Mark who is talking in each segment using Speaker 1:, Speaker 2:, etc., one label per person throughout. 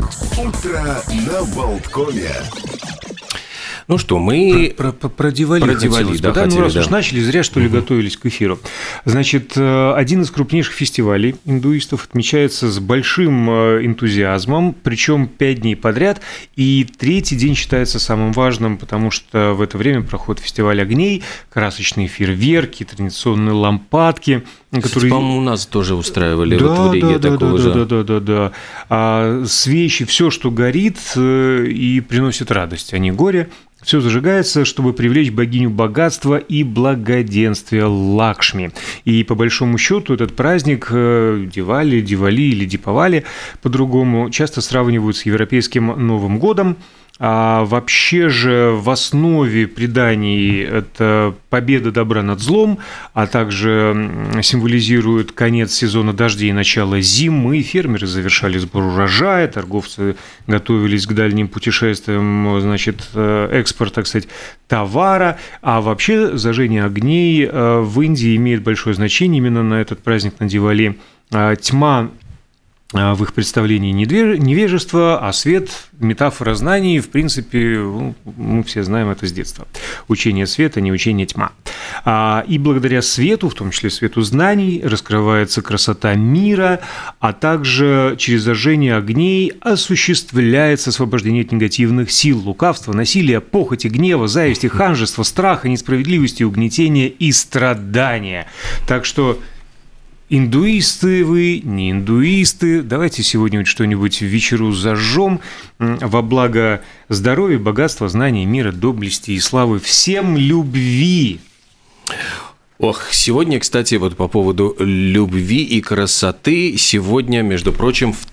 Speaker 1: Утро на Болткоме.
Speaker 2: Ну что, мы
Speaker 3: про Дивали хотелось бы, да? Ну, раз уж начали, зря, что ли, готовились к эфиру. Значит, один из крупнейших фестивалей индуистов отмечается с большим энтузиазмом, причем 5 дней подряд, и третий день считается самым важным, потому что в это время проходит фестиваль огней, красочные фейерверки, традиционные лампадки, которые...
Speaker 2: По-моему, у нас тоже устраивали в Риге такого же.
Speaker 3: Да. Свечи, все, что горит и приносит радость, а не горе. Все зажигается, чтобы привлечь богиню богатства и благоденствия Лакшми. И по большому счету этот праздник Дивали или Дипавали по-другому часто сравнивают с европейским Новым годом. А вообще же в основе преданий это победа добра над злом, а также символизирует конец сезона дождей и начало зимы. Фермеры завершали сбор урожая, торговцы готовились к дальним путешествиям, значит, экспорт, так сказать, товара. А вообще зажжение огней в Индии имеет большое значение именно на этот праздник, на Дивали. Тьма в их представлении невежество, а свет – метафора знаний. В принципе, мы все знаем это с детства. Учение света, не учение тьма. И благодаря свету, в том числе свету знаний, раскрывается красота мира, а также через зажжение огней осуществляется освобождение от негативных сил, лукавства, насилия, похоти, гнева, зависти, ханжества, страха, несправедливости, угнетения и страдания. Так что... Индуисты вы, не индуисты, давайте сегодня что-нибудь в вечеру зажжем во благо здоровья, богатства, знания, мира, доблести и славы, всем любви.
Speaker 2: Сегодня, кстати, вот по поводу любви и красоты, сегодня, между прочим, в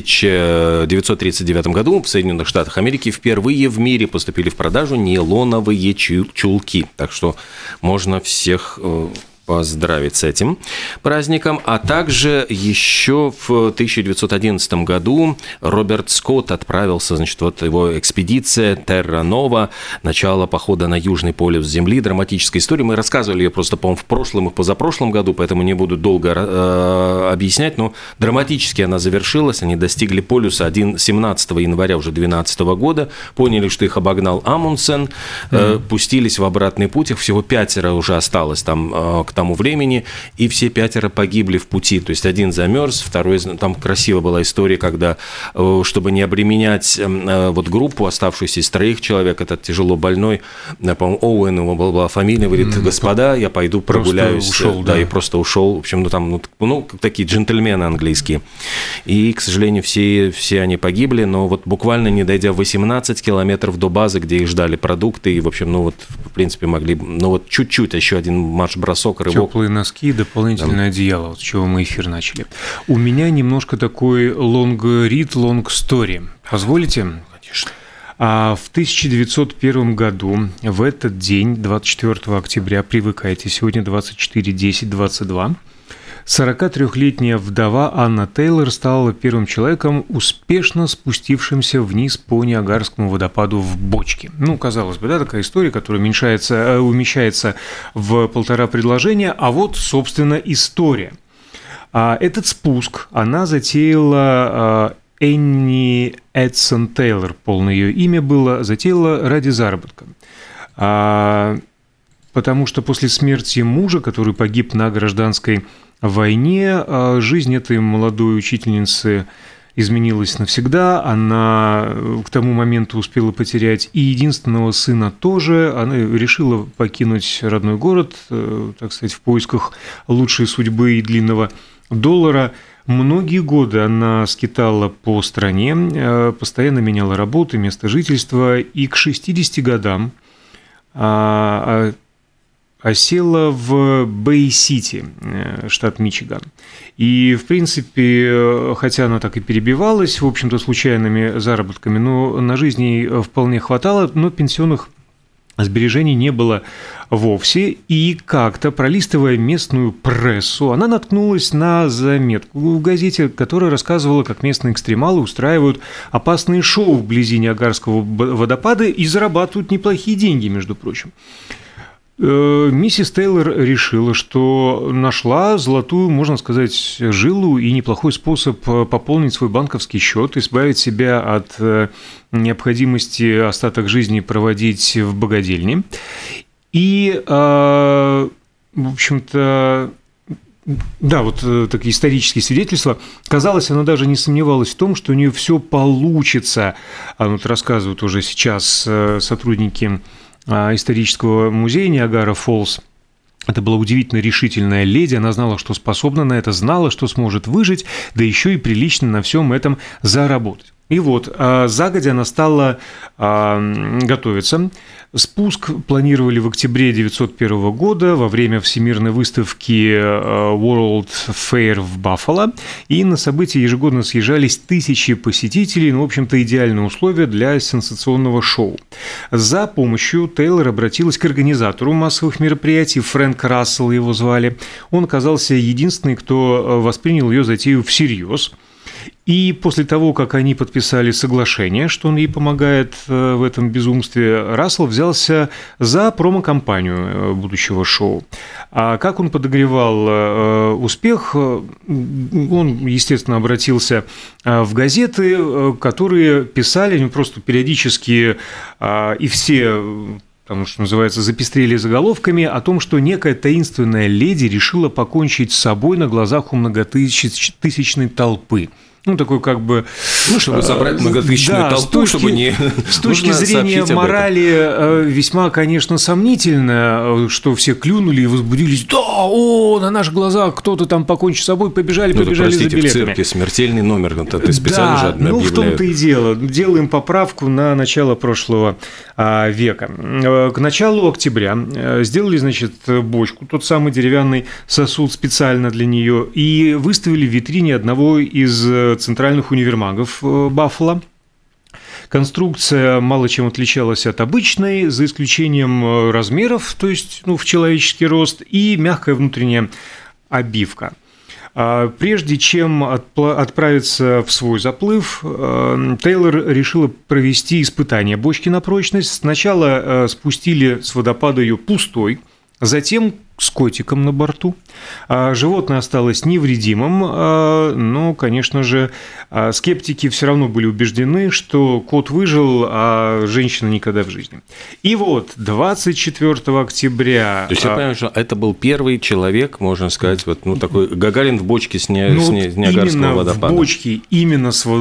Speaker 2: 1939 году в Соединенных Штатах Америки впервые в мире поступили в продажу нейлоновые чулки, так что можно всех... поздравить с этим праздником. А также еще в 1911 году Роберт Скотт отправился, значит, вот его экспедиция Терра Нова, начало похода на Южный полюс Земли, драматическая история. Мы рассказывали ее просто, по-моему, в прошлом и позапрошлом году, поэтому не буду долго объяснять, но драматически она завершилась. Они достигли полюса 17 января уже 2012 года, поняли, что их обогнал Амундсен, пустились в обратный путь, их всего 5 уже осталось там к тому времени, и все 5 погибли в пути. То есть один замерз, второй... Там красивая была история, когда, чтобы не обременять вот группу, оставшуюся из 3 человек, этот тяжело больной, по-моему, Оуэн его была фамилия, говорит: господа, я пойду прогуляюсь. Ушел, да, и просто ушел. В общем, там такие джентльмены английские. И, к сожалению, все они погибли, но вот буквально не дойдя 18 километров до базы, где их ждали продукты, и, в общем, в принципе, могли... чуть-чуть, еще один марш-бросок, рывок.
Speaker 3: Теплые носки и дополнительное одеяло, вот с чего мы эфир начали. У меня немножко такой long read, long story. Позволите?
Speaker 2: Конечно.
Speaker 3: В 1901 году, в этот день, 24 октября, привыкайте, сегодня 24/10/22, 43-летняя вдова Анна Тейлор стала первым человеком, успешно спустившимся вниз по Ниагарскому водопаду в бочке. Казалось бы, да, такая история, которая умещается в 1,5 предложения, а вот, собственно, история. Этот спуск она затеяла... Энни Эдсон Тейлор, полное ее имя было, затеяла ради заработка. Потому что после смерти мужа, который погиб на гражданской войне, жизнь этой молодой учительницы изменилась навсегда. Она к тому моменту успела потерять и единственного сына тоже. Она решила покинуть родной город, так сказать, в поисках лучшей судьбы и длинного доллара. Многие годы она скитала по стране, постоянно меняла работу, место жительства, и к 60 годам осела в Бэй-Сити, штат Мичиган. И, в принципе, хотя она так и перебивалась, в общем-то, случайными заработками, но на жизнь ей вполне хватало, но пенсионных сбережений не было вовсе, и как-то, пролистывая местную прессу, она наткнулась на заметку в газете, которая рассказывала, как местные экстремалы устраивают опасные шоу вблизи Ниагарского водопада и зарабатывают неплохие деньги, между прочим. Миссис Тейлор решила, что нашла золотую, можно сказать, жилу и неплохой способ пополнить свой банковский счет, избавить себя от необходимости остаток жизни проводить в богадельне. И, в общем-то, да, вот такие исторические свидетельства. Казалось, она даже не сомневалась в том, что у нее все получится. Вот рассказывают уже сейчас сотрудники исторического музея Ниагара-Фоллс. Это была удивительно решительная леди, она знала, что способна на это, знала, что сможет выжить, да еще и прилично на всем этом заработать. И вот, загодя она стала готовиться. Спуск планировали в октябре 1901 года во время Всемирной выставки World Fair в Баффало. И на события ежегодно съезжались тысячи посетителей. Ну, в общем-то, идеальные условия для сенсационного шоу. За помощью Тейлор обратилась к организатору массовых мероприятий. Фрэнк Рассел его звали. Он оказался единственный, кто воспринял ее затею всерьез. И после того, как они подписали соглашение, что он ей помогает в этом безумстве, Рассел взялся за промо-компанию будущего шоу. А как он подогревал успех? Он, естественно, обратился в газеты, которые писали, они просто периодически, и все, потому что, называется, запестрели заголовками о том, что некая таинственная леди решила покончить с собой на глазах у многотысячной толпы. Ну, такой как бы...
Speaker 2: Ну, чтобы собрать многотысячную толпу, чтобы не...
Speaker 3: С точки зрения морали весьма, конечно, сомнительно, что все клюнули и возбудились. Да, на наших глазах кто-то там покончил с собой, побежали за билетами.
Speaker 2: В цирке смертельный номер, это специально же объявляют.
Speaker 3: В том-то и дело. Делаем поправку на начало прошлого века. К началу октября сделали, значит, бочку, тот самый деревянный сосуд специально для нее, и выставили в витрине одного из центральных универмагов Баффало. Конструкция мало чем отличалась от обычной, за исключением размеров, то есть в человеческий рост, и мягкая внутренняя обивка. Прежде чем отправиться в свой заплыв, Тейлор решила провести испытание бочки на прочность. Сначала спустили с водопада ее пустой, затем с котиком на борту. Животное осталось невредимым, но, конечно же, скептики все равно были убеждены, что кот выжил, а женщина никогда в жизни. И вот 24 октября...
Speaker 2: То есть я понимаю, что это был первый человек, можно сказать, такой Гагарин в бочке с Ниагарского водопада.
Speaker 3: В бочке именно с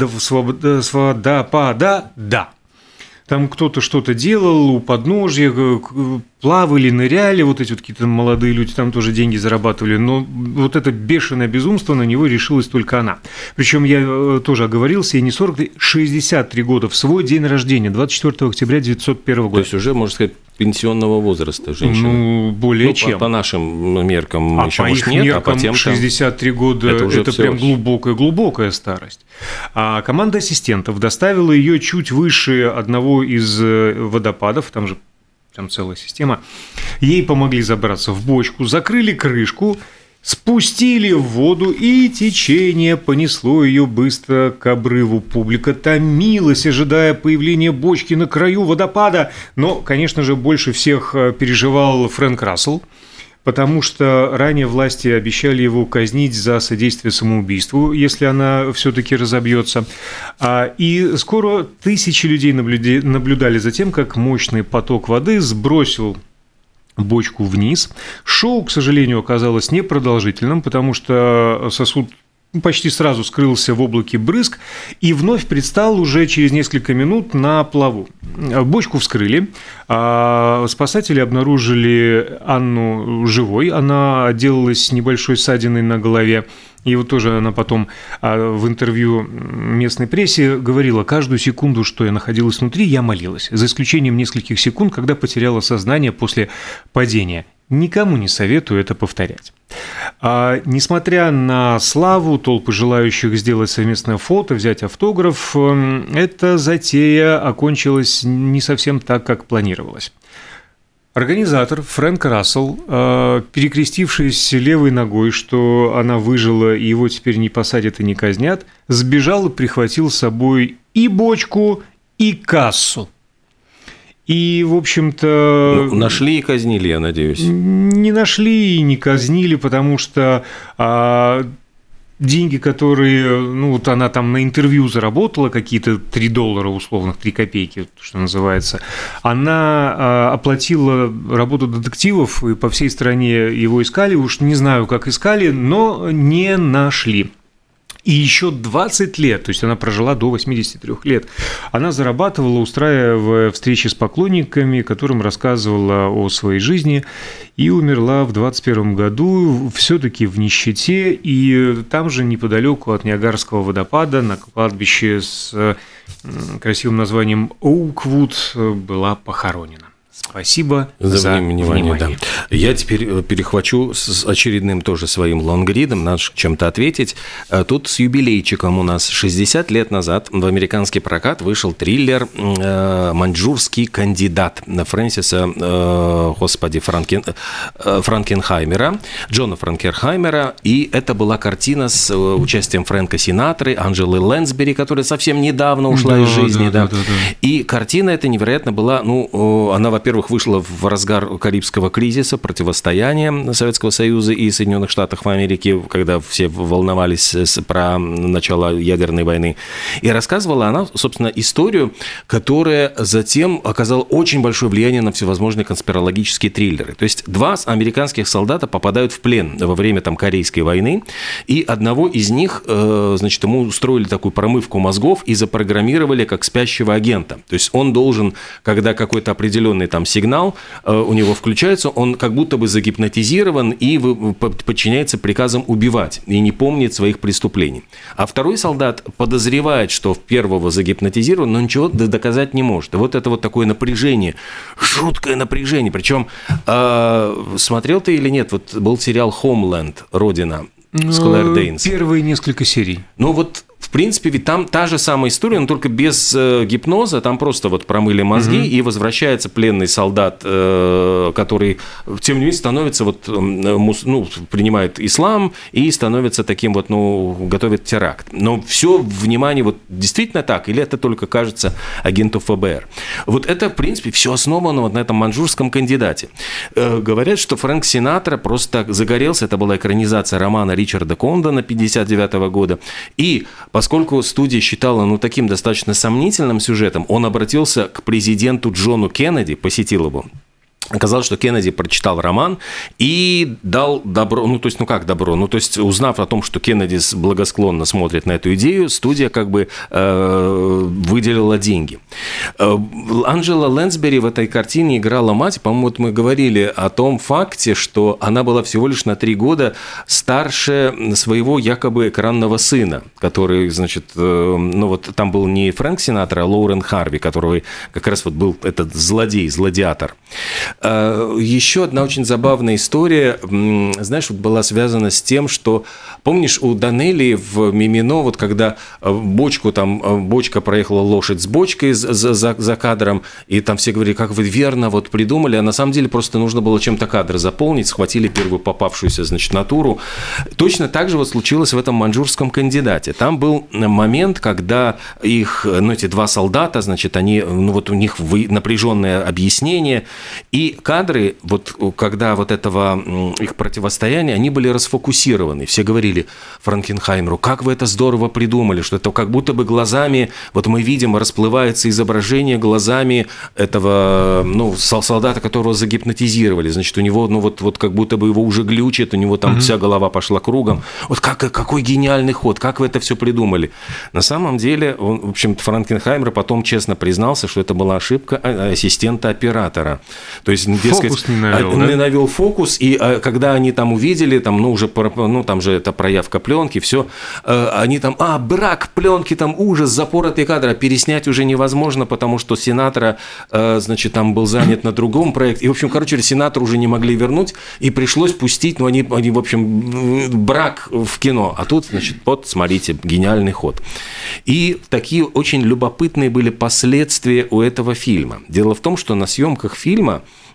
Speaker 3: водопада, да. Там кто-то что-то делал у подножья, плавали, ныряли, вот эти вот какие-то молодые люди там тоже деньги зарабатывали, но вот это бешеное безумство, на него решилась только она. Причем я тоже оговорился, ей не 40, 63 года, в свой день рождения, 24 октября 1901 года.
Speaker 2: То есть уже, можно сказать, пенсионного возраста женщина.
Speaker 3: Более чем.
Speaker 2: По нашим меркам еще,
Speaker 3: по
Speaker 2: может,
Speaker 3: их
Speaker 2: нет,
Speaker 3: меркам
Speaker 2: а по тем
Speaker 3: 63 года это прям глубокая старость. А команда ассистентов доставила ее чуть выше одного из водопадов, там же целая система. Ей помогли забраться в бочку, закрыли крышку, спустили в воду, и течение понесло ее быстро к обрыву. Публика томилась, ожидая появления бочки на краю водопада. Но, конечно же, больше всех переживал Фрэнк Рассел, потому что ранее власти обещали его казнить за содействие самоубийству, если она все-таки разобьется. И скоро тысячи людей наблюдали за тем, как мощный поток воды сбросил бочку вниз. Шоу, к сожалению, оказалось непродолжительным, потому что сосуд почти сразу скрылся в облаке брызг и вновь предстал уже через несколько минут на плаву. Бочку вскрыли, спасатели обнаружили Анну живой, она отделалась небольшой ссадиной на голове. И вот тоже она потом в интервью местной прессе говорила: каждую секунду, что я находилась внутри, я молилась, за исключением нескольких секунд, когда потеряла сознание после падения. Никому не советую это повторять. Несмотря на славу, толпы желающих сделать совместное фото, взять автограф, эта затея окончилась не совсем так, как планировалось. Организатор Фрэнк Рассел, перекрестившись левой ногой, что она выжила и его теперь не посадят и не казнят, сбежал и прихватил с собой и бочку, и кассу. И, в общем-то...
Speaker 2: Нашли и казнили, я надеюсь.
Speaker 3: Не нашли и не казнили, потому что деньги, которые... Ну, вот она там на интервью заработала, какие-то $3 условных, 3 копейки, что называется. Она оплатила работу детективов, и по всей стране его искали. Уж не знаю, как искали, но не нашли. И еще 20 лет, то есть она прожила до 83 лет, она зарабатывала, устраивая встречи с поклонниками, которым рассказывала о своей жизни, и умерла в 21 году все-таки в нищете, и там же неподалеку от Ниагарского водопада на кладбище с красивым названием Оуквуд была похоронена. Спасибо за внимание.
Speaker 2: Да. Я теперь перехвачу с очередным тоже своим лонгридом, надо чем-то ответить. Тут с юбилейчиком у нас 60 лет назад в американский прокат вышел триллер «Маньчжурский кандидат» Фрэнсиса, Франкенхаймера, Джона Франкенхаймера. И это была картина с участием Фрэнка Синатры, Анджелы Лэнсбери, которая совсем недавно ушла из жизни. Да. И картина эта невероятно была, она, во-первых, вышла в разгар Карибского кризиса, противостояния Советского Союза и Соединенных Штатов Америки, когда все волновались про начало ядерной войны. И рассказывала она, собственно, историю, которая затем оказала очень большое влияние на всевозможные конспирологические триллеры. То есть 2 американских солдата попадают в плен во время Корейской войны, и одного из них, значит, ему устроили такую промывку мозгов и запрограммировали как спящего агента. То есть он должен, когда какой-то определенный сигнал у него включается, он как будто бы загипнотизирован и подчиняется приказам убивать и не помнит своих преступлений. А второй солдат подозревает, что первого загипнотизирован, но ничего доказать не может. И вот это вот такое напряжение, жуткое напряжение. Причем, смотрел ты или нет, вот был сериал «Homeland», «Родина», с Клэр Дейнс.
Speaker 3: Первые несколько серий.
Speaker 2: В принципе, ведь там та же самая история, но только без гипноза, там просто вот промыли мозги, и возвращается пленный солдат, который, тем не менее, становится принимает ислам и становится таким готовит теракт. Но все внимание действительно так, или это только кажется агенту ФБР? Вот это, в принципе, все основано на этом маньчжурском кандидате. Говорят, что Фрэнк Синатра просто загорелся, это была экранизация романа Ричарда Кондона 1959 года, и поскольку студия считала таким достаточно сомнительным сюжетом, он обратился к президенту Джону Кеннеди, посетил его. Оказалось, что Кеннеди прочитал роман и дал добро, то есть узнав о том, что Кеннеди благосклонно смотрит на эту идею, студия выделила деньги. Анджела Лэнсбери в этой картине играла мать, по-моему, мы говорили о том факте, что она была всего лишь на 3 года старше своего якобы экранного сына, который, значит, там был не Фрэнк Синатра, а Лоурен Харви, который как раз был этот злодеатор. Еще одна очень забавная история, знаешь, была связана с тем, что, помнишь, у Данелли в «Мимино», когда бочка проехала лошадь с бочкой за кадром, и там все говорили, как вы верно придумали, а на самом деле просто нужно было чем-то кадр заполнить, схватили первую попавшуюся, значит, натуру. Точно так же случилось в этом «Маньчжурском кандидате». Там был момент, когда эти 2 солдата, значит, они, у них напряженное объяснение, и кадры, когда этого их противостояния, они были расфокусированы. Все говорили Франкенхаймеру, как вы это здорово придумали, что это как будто бы глазами, мы видим, расплывается изображение глазами этого, солдата, которого загипнотизировали. Значит, у него, как будто бы его уже глючит, у него там вся голова пошла кругом. Какой гениальный ход, как вы это все придумали? На самом деле, в общем, Франкенхаймер потом честно признался, что это была ошибка ассистента оператора. То есть,
Speaker 3: фокус не
Speaker 2: навел фокус, и когда они там увидели, там же это проявка пленки, все, они брак пленки, ужас, запоротый кадр, переснять уже невозможно, потому что Синатра, значит, там был занят на другом проекте, и, в общем, Синатра уже не могли вернуть, и пришлось пустить, они, в общем, брак в кино, а тут, значит, смотрите, гениальный ход. И такие очень любопытные были последствия у этого фильма. Дело в том, что на съемках фильма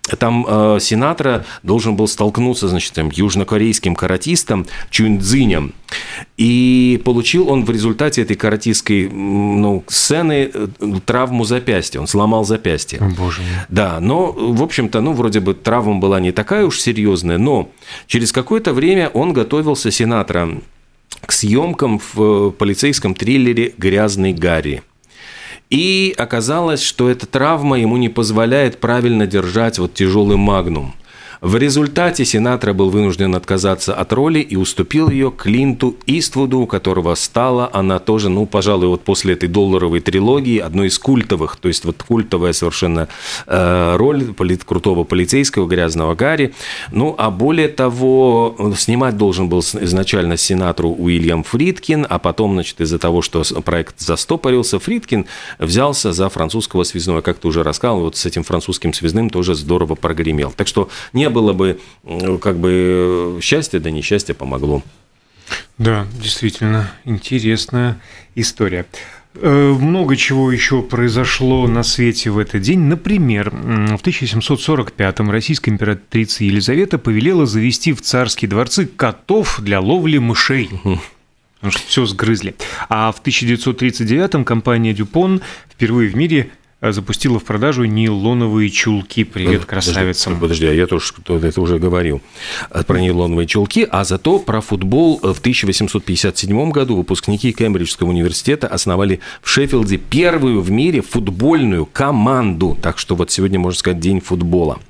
Speaker 2: там Синатра должен был столкнуться, значит, там, южнокорейским каратистом Чун Цзинем. И получил он в результате этой каратистской сцены травму запястья. Он сломал запястье.
Speaker 3: О, боже мой.
Speaker 2: Да, но, в общем-то, вроде бы травма была не такая уж серьезная, но через какое-то время он готовился, Синатра, к съемкам в полицейском триллере «Грязный Гарри». И оказалось, что эта травма ему не позволяет правильно держать вот тяжелый магнум. В результате Синатра был вынужден отказаться от роли и уступил ее Клинту Иствуду, у которого стала она тоже, пожалуй, вот после этой долларовой трилогии одной из культовых, то есть вот культовая совершенно роль крутого полицейского «Грязного Гарри». А более того, снимать должен был изначально Синатру Уильям Фридкин, а потом, значит, из-за того, что проект застопорился, Фридкин взялся за французского связного. Как ты уже рассказал, вот с этим французским связным тоже здорово прогремел. Так что не было бы счастья, да несчастье помогло.
Speaker 3: Да, действительно, интересная история. Много чего еще произошло на свете в этот день. Например, в 1745-м российская императрица Елизавета повелела завести в царские дворцы котов для ловли мышей. Потому что все сгрызли. А в 1939-м компания Дюпон впервые в мире запустила в продажу нейлоновые чулки. Привет, красавицам.
Speaker 2: Подожди, я тоже это уже говорил про нейлоновые чулки, а зато про футбол в 1857 году выпускники Кембриджского университета основали в Шеффилде первую в мире футбольную команду. Так что вот сегодня, можно сказать, день футбола.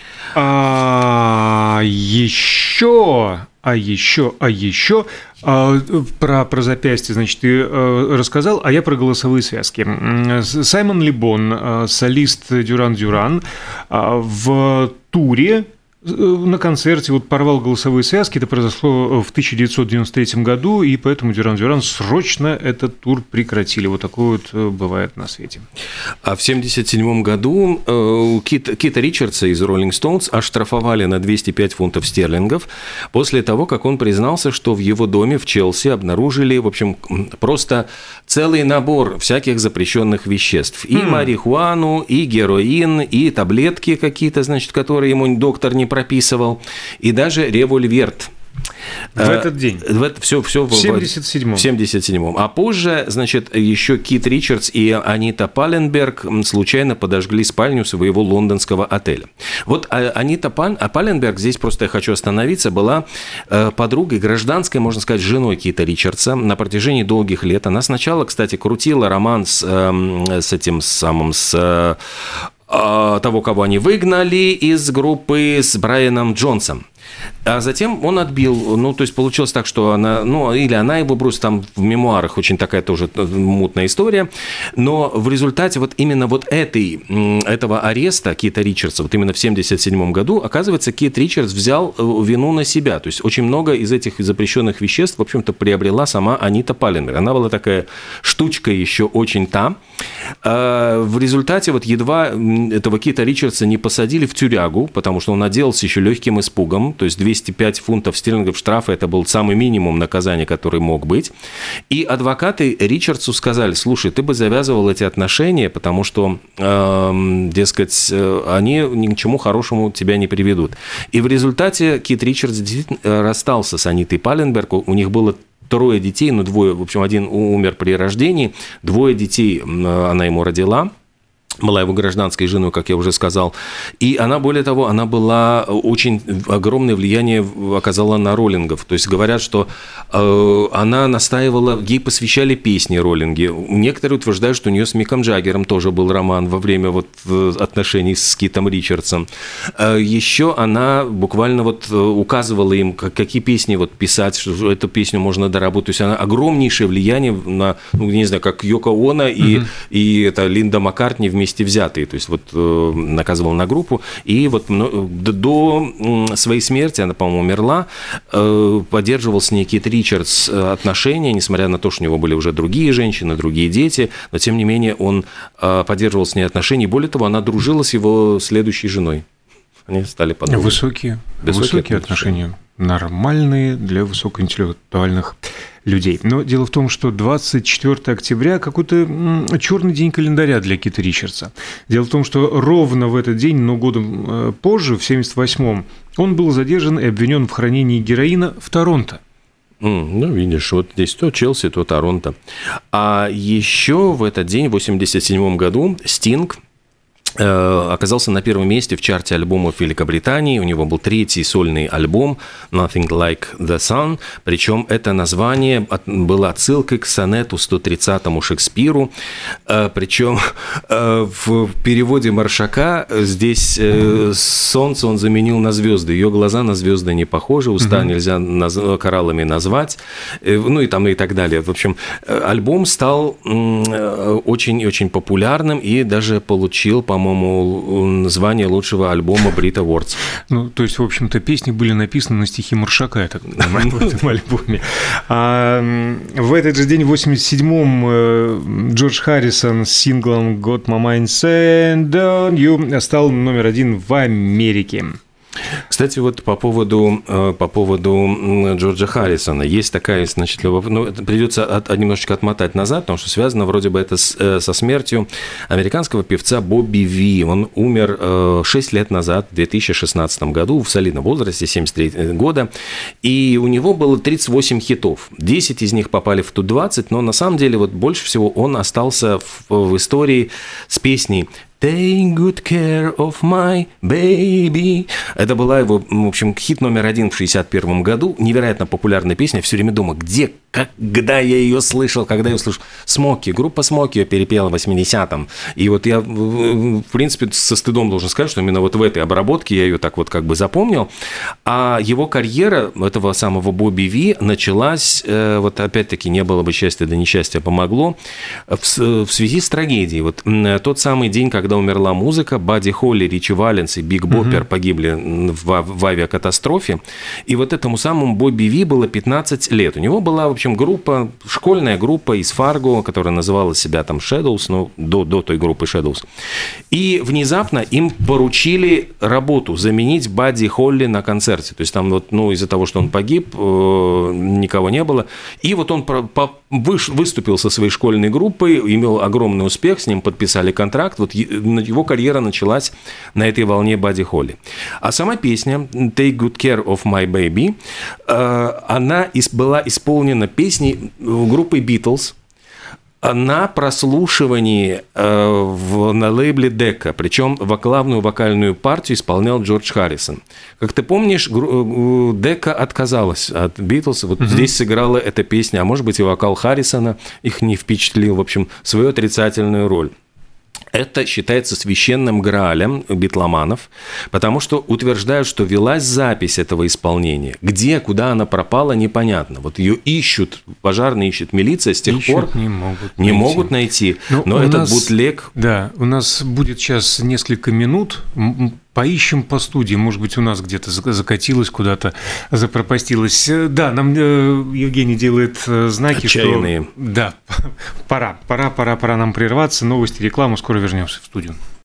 Speaker 3: Еще про запястье, значит, ты рассказал, а я про голосовые связки. Саймон Ле Bon, солист Дюран-Дюран, в туре на концерте порвал голосовые связки. Это произошло в 1993 году, и поэтому Дюран-Дюран срочно этот тур прекратили. Вот такое вот бывает на свете.
Speaker 2: А в 1977 году Кита Ричардса из Rolling Stones оштрафовали на 205 фунтов стерлингов после того, как он признался, что в его доме в Челси обнаружили, в общем, просто целый набор всяких запрещенных веществ. И марихуану, и героин, и таблетки какие-то, значит, которые ему доктор не прописывал, и даже револьверт.
Speaker 3: В этот день?
Speaker 2: Все в 77-м. А позже, значит, еще Кит Ричардс и Анита Паленберг случайно подожгли спальню своего лондонского отеля. Вот Анита Паленберг, здесь просто я хочу остановиться, была подругой, гражданской, можно сказать, женой Кита Ричардса на протяжении долгих лет. Она сначала, кстати, крутила роман с того, кого они выгнали из группы, с Брайаном Джонсом. А затем он отбил, то есть получилось так, что она, или она его бросила, там в мемуарах очень такая тоже мутная история, но в результате вот именно вот этого ареста Кита Ричардса, вот именно в 1977 году, оказывается, Кит Ричардс взял вину на себя, то есть очень много из этих запрещенных веществ, в общем-то, приобрела сама Анита Паленберг. Она была такая штучка еще очень та. В результате вот едва этого Кита Ричардса не посадили в тюрягу, потому что он отделался еще легким испугом, то есть 205 фунтов стерлингов штрафа – это был самый минимум наказания, который мог быть. И адвокаты Ричардсу сказали: слушай, ты бы завязывал эти отношения, потому что, дескать, они ни к чему хорошему тебя не приведут. И в результате Кит Ричардс действительно расстался с Анитой Паленберг. У них было 3 детей, двое, в общем, один умер при рождении, 2 детей она ему родила. Была его гражданской женой, как я уже сказал. И она, более того, она была очень огромное влияние оказала на роллингов. То есть говорят, что она настаивала, ей посвящали песни роллинги. Некоторые утверждают, что у нее с Миком Джаггером тоже был роман во время отношений с Китом Ричардсом. Еще она буквально указывала им, какие песни писать, что эту песню можно доработать. То есть она огромнейшее влияние на, не знаю, как Йоко Оно и это Линда Маккартни вместе взятые, то есть наказывал на группу, и до своей смерти, она, по-моему, умерла, поддерживал с ней Кит Ричардс отношения, несмотря на то, что у него были уже другие женщины, другие дети, но, тем не менее, он поддерживал с ней отношения, и более того, она дружила с его следующей женой. они стали подругами.
Speaker 3: Высокие отношения. Нормальные для высокоинтеллектуальных людей. Но дело в том, что 24 октября какой-то черный день календаря для Кита Ричардса. Дело в том, что ровно в этот день, но годом позже, в 1978-м, он был задержан и обвинен в хранении героина в Торонто.
Speaker 2: Ну, видишь, вот здесь то Челси, то Торонто. А еще в этот день, в 1987 году, Стинг оказался на первом месте в чарте альбомов Великобритании. У него был 3-й сольный альбом «Nothing Like the Sun». Причем это название было отсылкой к сонету 130-му Шекспиру. Причем в переводе Маршака здесь солнце он заменил на звезды. Ее глаза на звезды не похожи, уста нельзя кораллами назвать. Ну и там и так далее. В общем, альбом стал очень-очень популярным и даже получил, по-моему, звание лучшего альбома Brit Awards.
Speaker 3: Ну, то есть, в общем-то, песни были написаны на стихи Маршака, я так понимаю, в этом альбоме. А в этот же день, в 87-м, Джордж Харрисон с синглом «Got My Mind Set On You» стал номер 1 в Америке.
Speaker 2: Кстати, вот по поводу Джорджа Харрисона есть такая, значит, придется немножечко отмотать назад, потому что связано вроде бы это со смертью американского певца Бобби Ви. Он умер 6 лет назад, в 2016 году, в солидном возрасте, 73 года, и у него было 38 хитов. 10 из них попали в топ-20, но на самом деле вот больше всего он остался в истории с песней «Take good care of my baby». Это была его, в общем, хит номер 1 в 1961 году. Невероятно популярная песня. Все время думаю, когда я ее слышал, когда я услышал. Смоки, группа Смоки ее перепела в 80-м. И вот я, в принципе, со стыдом должен сказать, что именно вот в этой обработке я ее так вот как бы запомнил. А его карьера, этого самого Бобби Ви, началась, вот опять-таки, не было бы счастья, да несчастье помогло, в связи с трагедией. Вот тот самый день, когда умерла музыка, Бадди Холли, Ричи Валенс и Биг Боппер погибли в авиакатастрофе. И вот этому самому Бобби Ви было 15 лет. У него была, в общем, группа, школьная группа из Фарго, которая называла себя там Shadows, ну, до той группы Shadows. И внезапно им поручили работу заменить Бадди Холли на концерте. То есть там вот, ну, из-за того, что он погиб, никого не было. И вот он выступил со своей школьной группой, имел огромный успех, с ним подписали контракт. Вот его карьера началась на этой волне Бадди Холли. А сама песня «Take good care of my baby», она была исполнена песней группы Beatles на прослушивании на лейбле Decca. Причем главную вокальную партию исполнял Джордж Харрисон. Как ты помнишь, Decca отказалась от Beatles. Вот здесь сыграла эта песня, а может быть и вокал Харрисона их не впечатлил. В общем, свою отрицательную роль. Это считается священным граалем битломанов, потому что утверждают, что велась запись этого исполнения. Где, куда она пропала, непонятно. Вот ее ищут, пожарные ищут, милиция с тех пор не могут найти. Но этот бутлег...
Speaker 3: Да, у нас будет сейчас несколько минут. Поищем по студии, может быть, у нас где-то закатилось, куда-то запропастилось. Да, нам Евгений делает знаки,
Speaker 2: отчаянные.
Speaker 3: Что... Да, пора нам прерваться. Новости, реклама, скоро вернемся в студию.